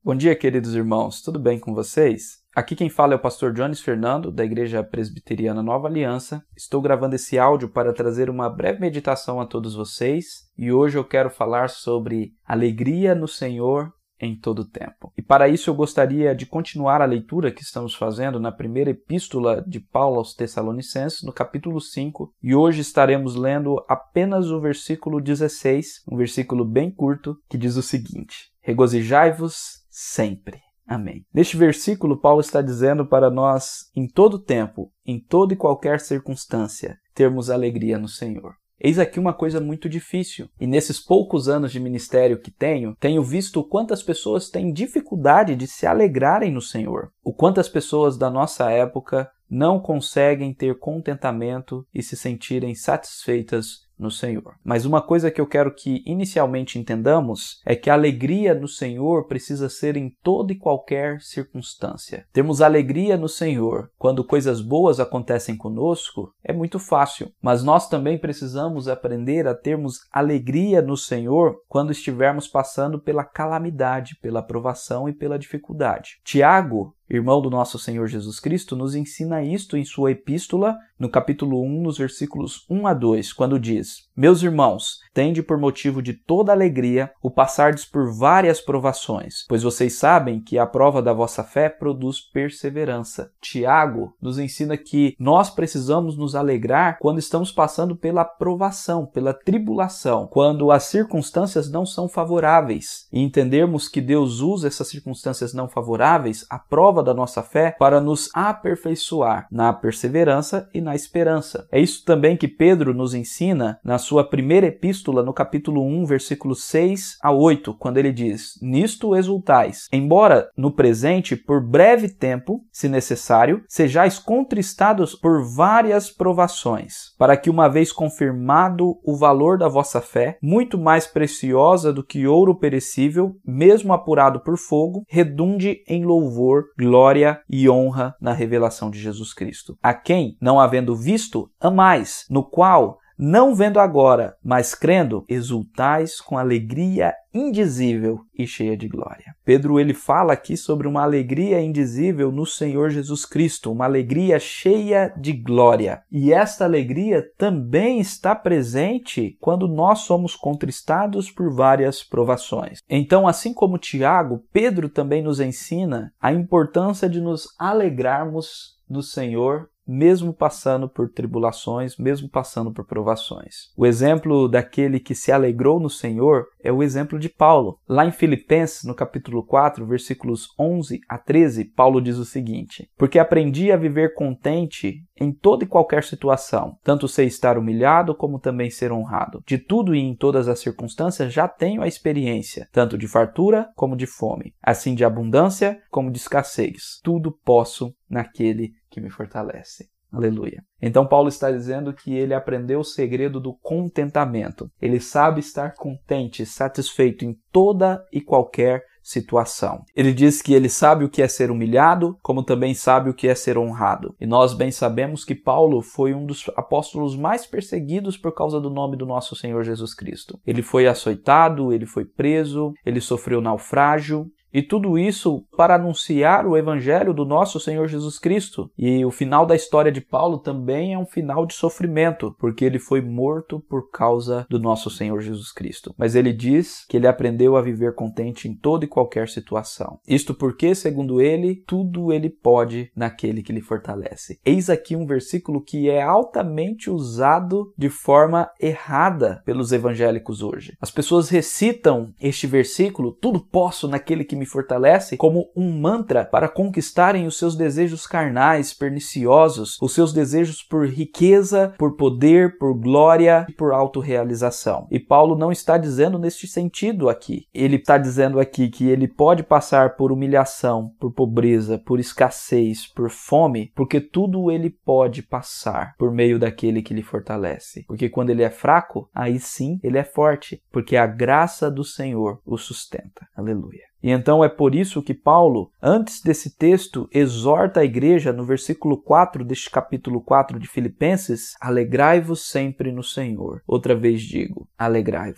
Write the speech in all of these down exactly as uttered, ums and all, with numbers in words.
Bom dia, queridos irmãos, tudo bem com vocês? Aqui quem fala é o pastor Jones Fernando, da Igreja Presbiteriana Nova Aliança. Estou gravando esse áudio para trazer uma breve meditação a todos vocês e hoje eu quero falar sobre alegria no Senhor em todo o tempo. E para isso eu gostaria de continuar a leitura que estamos fazendo na primeira epístola de Paulo aos Tessalonicenses, no capítulo cinco, e hoje estaremos lendo apenas o versículo dezesseis, um versículo bem curto, que diz o seguinte: regozijai-vos sempre. Amém. Neste versículo, Paulo está dizendo para nós, em todo tempo, em toda e qualquer circunstância, termos alegria no Senhor. Eis aqui uma coisa muito difícil, e nesses poucos anos de ministério que tenho, tenho visto o quanto as pessoas têm dificuldade de se alegrarem no Senhor. O quanto as pessoas da nossa época não conseguem ter contentamento e se sentirem satisfeitas no Senhor. Mas uma coisa que eu quero que inicialmente entendamos é que a alegria no Senhor precisa ser em toda e qualquer circunstância. Termos alegria no Senhor quando coisas boas acontecem conosco é muito fácil, mas nós também precisamos aprender a termos alegria no Senhor quando estivermos passando pela calamidade, pela provação e pela dificuldade. Tiago, irmão do nosso Senhor Jesus Cristo, nos ensina isto em sua epístola, no capítulo um, nos versículos um a dois, quando diz: meus irmãos, tende por motivo de toda alegria o passardes por várias provações, pois vocês sabem que a prova da vossa fé produz perseverança. Tiago nos ensina que nós precisamos nos alegrar quando estamos passando pela provação, pela tribulação, quando as circunstâncias não são favoráveis, e entendermos que Deus usa essas circunstâncias não favoráveis, a prova da nossa fé, para nos aperfeiçoar na perseverança e na esperança. É isso também que Pedro nos ensina na sua primeira epístola, no capítulo um, versículos seis a oito, quando ele diz: nisto exultais, embora no presente, por breve tempo, se necessário, sejais contristados por várias provações, para que, uma vez confirmado o valor da vossa fé, muito mais preciosa do que ouro perecível, mesmo apurado por fogo, redunde em louvor, glória e honra na revelação de Jesus Cristo, a quem, não havendo visto, amais, no qual, não vendo agora, mas crendo, exultais com alegria indizível e cheia de glória. Pedro ele fala aqui sobre uma alegria indizível no Senhor Jesus Cristo, uma alegria cheia de glória. E esta alegria também está presente quando nós somos contristados por várias provações. Então, assim como Tiago, Pedro também nos ensina a importância de nos alegrarmos no Senhor, mesmo passando por tribulações, mesmo passando por provações. O exemplo daquele que se alegrou no Senhor é o exemplo de Paulo. Lá em Filipenses, no capítulo quatro, versículos onze a treze, Paulo diz o seguinte: porque aprendi a viver contente em toda e qualquer situação, tanto sei estar humilhado como também ser honrado. De tudo e em todas as circunstâncias já tenho a experiência, tanto de fartura como de fome, assim de abundância como de escassez. Tudo posso naquele que me fortalece. Aleluia. Então Paulo está dizendo que ele aprendeu o segredo do contentamento. Ele sabe estar contente, satisfeito em toda e qualquer situação. Ele diz que ele sabe o que é ser humilhado, como também sabe o que é ser honrado. E nós bem sabemos que Paulo foi um dos apóstolos mais perseguidos por causa do nome do nosso Senhor Jesus Cristo. Ele foi açoitado, ele foi preso, ele sofreu naufrágio. E tudo isso para anunciar o evangelho do nosso Senhor Jesus Cristo. E o final da história de Paulo também é um final de sofrimento, porque ele foi morto por causa do nosso Senhor Jesus Cristo. Mas ele diz que ele aprendeu a viver contente em toda e qualquer situação. Isto porque, segundo ele, tudo ele pode naquele que lhe fortalece. Eis aqui um versículo que é altamente usado de forma errada pelos evangélicos hoje. As pessoas recitam este versículo, tudo posso naquele que me fortalece, como um mantra para conquistarem os seus desejos carnais, perniciosos, os seus desejos por riqueza, por poder, por glória e por autorrealização. E Paulo não está dizendo neste sentido aqui. Ele está dizendo aqui que ele pode passar por humilhação, por pobreza, por escassez, por fome, porque tudo ele pode passar por meio daquele que lhe fortalece. Porque quando ele é fraco, aí sim ele é forte, porque a graça do Senhor o sustenta. Aleluia. E então é por isso que Paulo, antes desse texto, exorta a igreja no versículo quatro deste capítulo quatro de Filipenses: alegrai-vos sempre no Senhor. Outra vez digo, alegrai-vos.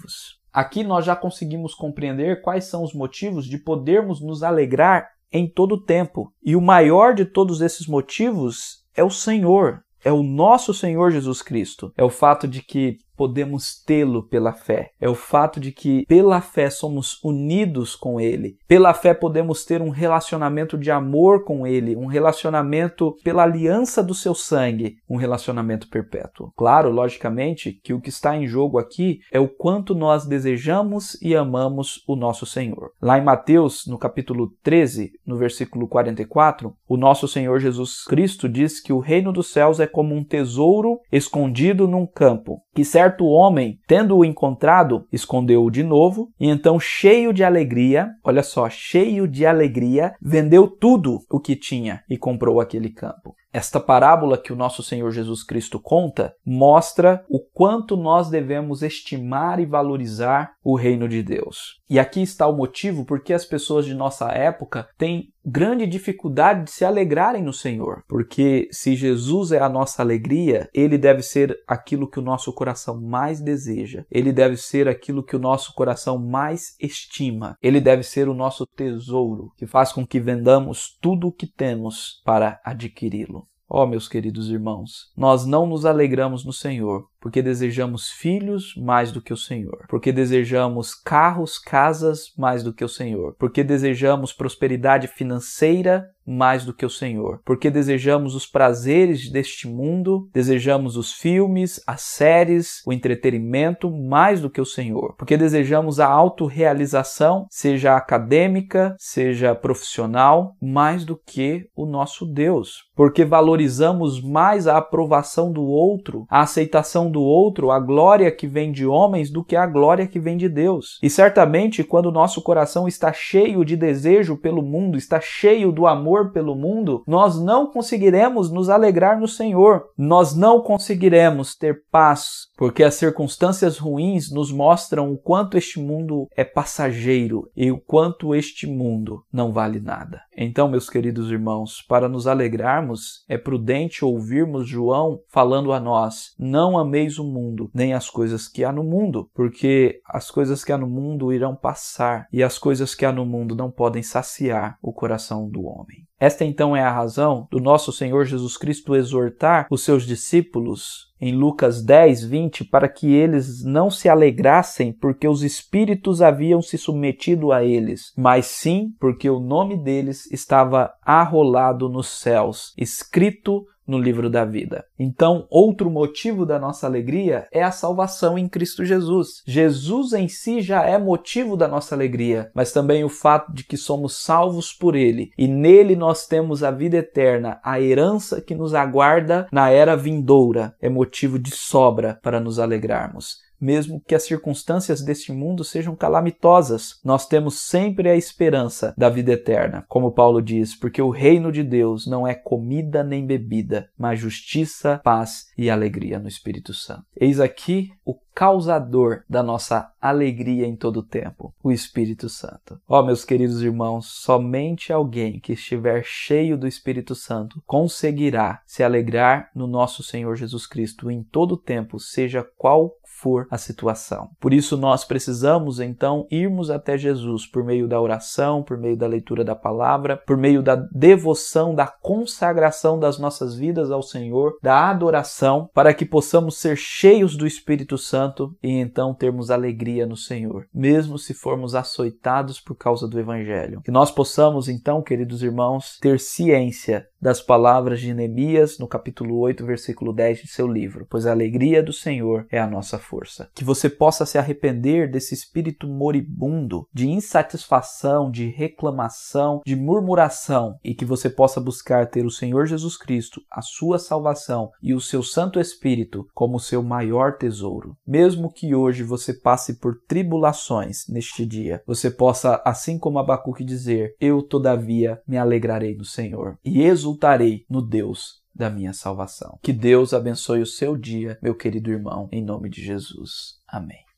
Aqui nós já conseguimos compreender quais são os motivos de podermos nos alegrar em todo o tempo. E o maior de todos esses motivos é o Senhor, é o nosso Senhor Jesus Cristo. É o fato de que podemos tê-lo pela fé. É o fato de que pela fé somos unidos com Ele. Pela fé podemos ter um relacionamento de amor com Ele, um relacionamento pela aliança do seu sangue, um relacionamento perpétuo. Claro, logicamente, que o que está em jogo aqui é o quanto nós desejamos e amamos o nosso Senhor. Lá em Mateus, no capítulo treze, no versículo quarenta e quatro, o nosso Senhor Jesus Cristo diz que o reino dos céus é como um tesouro escondido num campo, que certo homem, tendo-o encontrado, escondeu-o de novo, e então, cheio de alegria, olha só, cheio de alegria, vendeu tudo o que tinha e comprou aquele campo. Esta parábola que o nosso Senhor Jesus Cristo conta mostra o quanto nós devemos estimar e valorizar o reino de Deus. E aqui está o motivo porque as pessoas de nossa época têm grande dificuldade de se alegrarem no Senhor. Porque se Jesus é a nossa alegria, Ele deve ser aquilo que o nosso coração mais deseja. Ele deve ser aquilo que o nosso coração mais estima. Ele deve ser o nosso tesouro, que faz com que vendamos tudo o que temos para adquiri-lo. Ó, meus queridos irmãos, nós não nos alegramos no Senhor porque desejamos filhos mais do que o Senhor, porque desejamos carros, casas mais do que o Senhor, porque desejamos prosperidade financeira mais do que o Senhor, porque desejamos os prazeres deste mundo, desejamos os filmes, as séries, o entretenimento mais do que o Senhor, porque desejamos a autorrealização, seja acadêmica, seja profissional, mais do que o nosso Deus, porque valorizamos mais a aprovação do outro, a aceitação do outro, a glória que vem de homens do que a glória que vem de Deus. E certamente quando o nosso coração está cheio de desejo pelo mundo, está cheio do amor pelo mundo, nós não conseguiremos nos alegrar no Senhor. Nós não conseguiremos ter paz, porque as circunstâncias ruins nos mostram o quanto este mundo é passageiro e o quanto este mundo não vale nada. Então, meus queridos irmãos, para nos alegrarmos, é prudente ouvirmos João falando a nós: não ameis o mundo, nem as coisas que há no mundo, porque as coisas que há no mundo irão passar, e as coisas que há no mundo não podem saciar o coração do homem. Esta então é a razão do nosso Senhor Jesus Cristo exortar os seus discípulos em Lucas dez, vinte, para que eles não se alegrassem porque os espíritos haviam se submetido a eles, mas sim porque o nome deles estava arrolado nos céus, escrito no livro da vida. Então, outro motivo da nossa alegria é a salvação em Cristo Jesus. Jesus em si já é motivo da nossa alegria, mas também o fato de que somos salvos por Ele e nele nós temos a vida eterna, a herança que nos aguarda na era vindoura, é motivo de sobra para nos alegrarmos. Mesmo que as circunstâncias deste mundo sejam calamitosas, nós temos sempre a esperança da vida eterna. Como Paulo diz, porque o reino de Deus não é comida nem bebida, mas justiça, paz e alegria no Espírito Santo. Eis aqui o causador da nossa alegria em todo o tempo, o Espírito Santo. Ó, meus queridos irmãos, somente alguém que estiver cheio do Espírito Santo conseguirá se alegrar no nosso Senhor Jesus Cristo em todo o tempo, seja qual for a situação. Por isso nós precisamos então irmos até Jesus por meio da oração, por meio da leitura da palavra, por meio da devoção, da consagração das nossas vidas ao Senhor, da adoração, para que possamos ser cheios do Espírito Santo e então termos alegria no Senhor, mesmo se formos açoitados por causa do Evangelho. Que nós possamos então, queridos irmãos, ter ciência das palavras de Neemias no capítulo oito, versículo dez de seu livro, pois a alegria do Senhor é a nossa força. Que você possa se arrepender desse espírito moribundo, de insatisfação, de reclamação, de murmuração, e que você possa buscar ter o Senhor Jesus Cristo, a sua salvação e o seu Santo Espírito como seu maior tesouro. Mesmo que hoje você passe por tribulações neste dia, você possa, assim como Abacuque, dizer: eu todavia me alegrarei no Senhor e exultarei no Deus da minha salvação. Que Deus abençoe o seu dia, meu querido irmão, em nome de Jesus. Amém.